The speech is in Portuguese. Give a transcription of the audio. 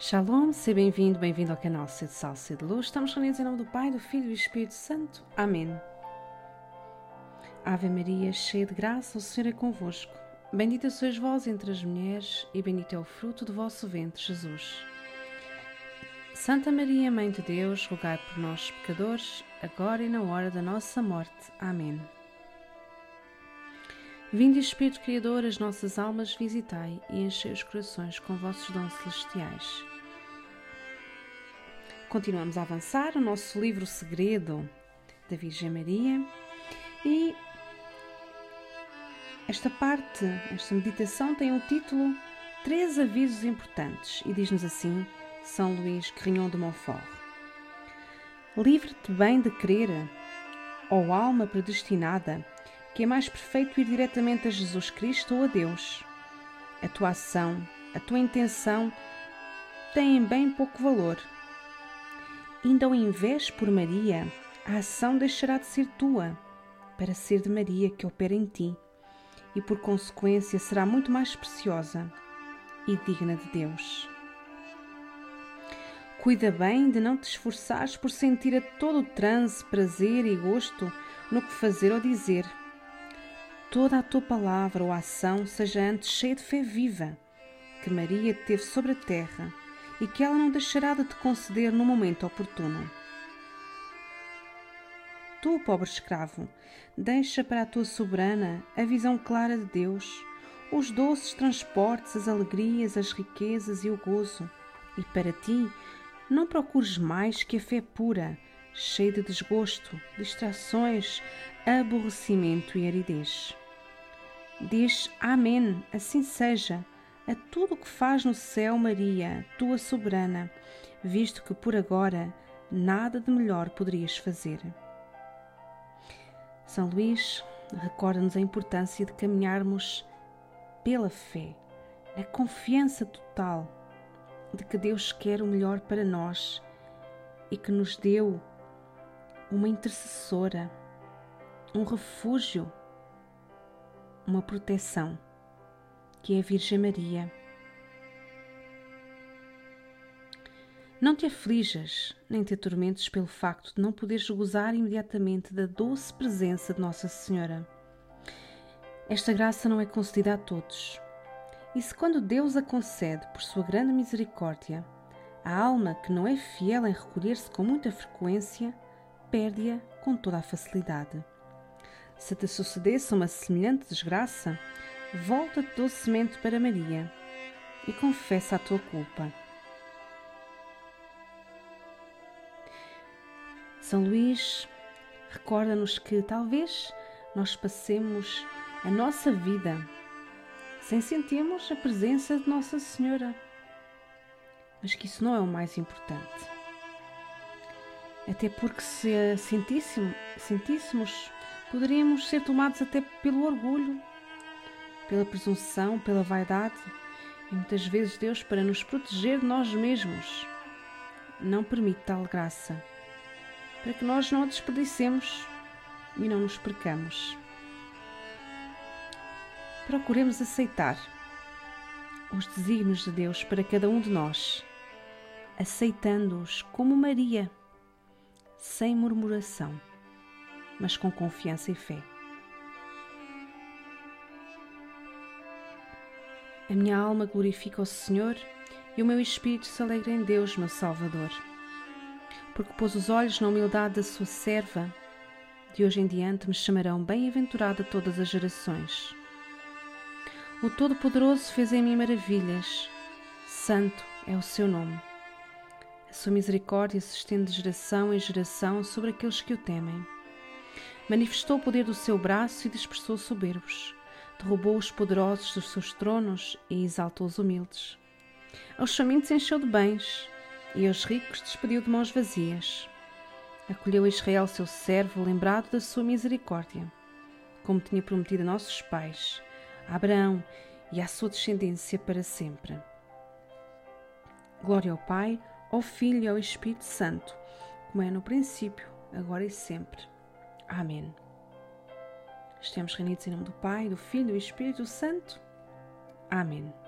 Shalom, seja bem-vindo, bem-vindo ao canal Sede Sal, Sede Luz. Estamos reunidos em nome do Pai, do Filho e do Espírito Santo. Amém. Ave Maria, cheia de graça, o Senhor é convosco. Bendita sois vós entre as mulheres e bendito é o fruto do vosso ventre, Jesus. Santa Maria, Mãe de Deus, rogai por nós, pecadores, agora e na hora da nossa morte. Amém. Vinde, Espírito Criador, as nossas almas visitai e enchei os corações com vossos dons celestiais. Continuamos a avançar o nosso livro Segredo da Virgem Maria e esta meditação tem o título 3 avisos importantes e diz-nos assim São Luís Guerignon de Montfort: livre-te bem de crer, ó alma predestinada, que é mais perfeito ir diretamente a Jesus Cristo ou a Deus. A tua ação, a tua intenção têm bem pouco valor. Ainda ao invés por Maria, a ação deixará de ser tua, para ser de Maria que opera em ti, e por consequência será muito mais preciosa e digna de Deus. Cuida bem de não te esforçares por sentir a todo o transe, prazer e gosto no que fazer ou dizer. Toda a tua palavra ou ação seja antes cheia de fé viva, que Maria teve sobre a terra e que ela não deixará de te conceder no momento oportuno. Tu, pobre escravo, deixa para a tua soberana a visão clara de Deus, os doces transportes, as alegrias, as riquezas e o gozo, e para ti não procures mais que a fé pura, cheia de desgosto, distrações, aborrecimento e aridez. Diz Amém, assim seja, a tudo o que faz no céu, Maria, tua soberana, visto que por agora nada de melhor poderias fazer. São Luís recorda-nos a importância de caminharmos pela fé, na confiança total de que Deus quer o melhor para nós e que nos deu uma intercessora, um refúgio, uma proteção, que é a Virgem Maria. Não te aflijas, nem te atormentes pelo facto de não poderes gozar imediatamente da doce presença de Nossa Senhora. Esta graça não é concedida a todos. E se quando Deus a concede por sua grande misericórdia, a alma que não é fiel em recolher-se com muita frequência, perde-a com toda a facilidade. Se te sucedesse uma semelhante desgraça, volta-te docemente para Maria e confessa a tua culpa. São Luís recorda-nos que talvez nós passemos a nossa vida sem sentirmos a presença de Nossa Senhora, mas que isso não é o mais importante. Até porque se a sentíssemos, poderíamos ser tomados até pelo orgulho, pela presunção, pela vaidade, e muitas vezes Deus, para nos proteger de nós mesmos, não permite tal graça, para que nós não a desperdicemos e não nos percamos. Procuremos aceitar os desígnios de Deus para cada um de nós, aceitando-os como Maria, sem murmuração, mas com confiança e fé. A minha alma glorifica o Senhor e o meu espírito se alegra em Deus, meu Salvador, porque pôs os olhos na humildade da sua serva. De hoje em diante me chamarão bem-aventurada todas as gerações. O Todo-Poderoso fez em mim maravilhas, santo é o seu nome. A sua misericórdia se estende de geração em geração sobre aqueles que o temem. Manifestou o poder do seu braço e dispersou os soberbos, derrubou os poderosos dos seus tronos e exaltou os humildes. Aos famintos encheu de bens e aos ricos despediu de mãos vazias. Acolheu a Israel, seu servo, lembrado da sua misericórdia, como tinha prometido a nossos pais, a Abraão e à sua descendência para sempre. Glória ao Pai, ao Filho e ao Espírito Santo, como é no princípio, agora e sempre. Amém. Estamos reunidos em nome do Pai, do Filho e do Espírito Santo. Amém.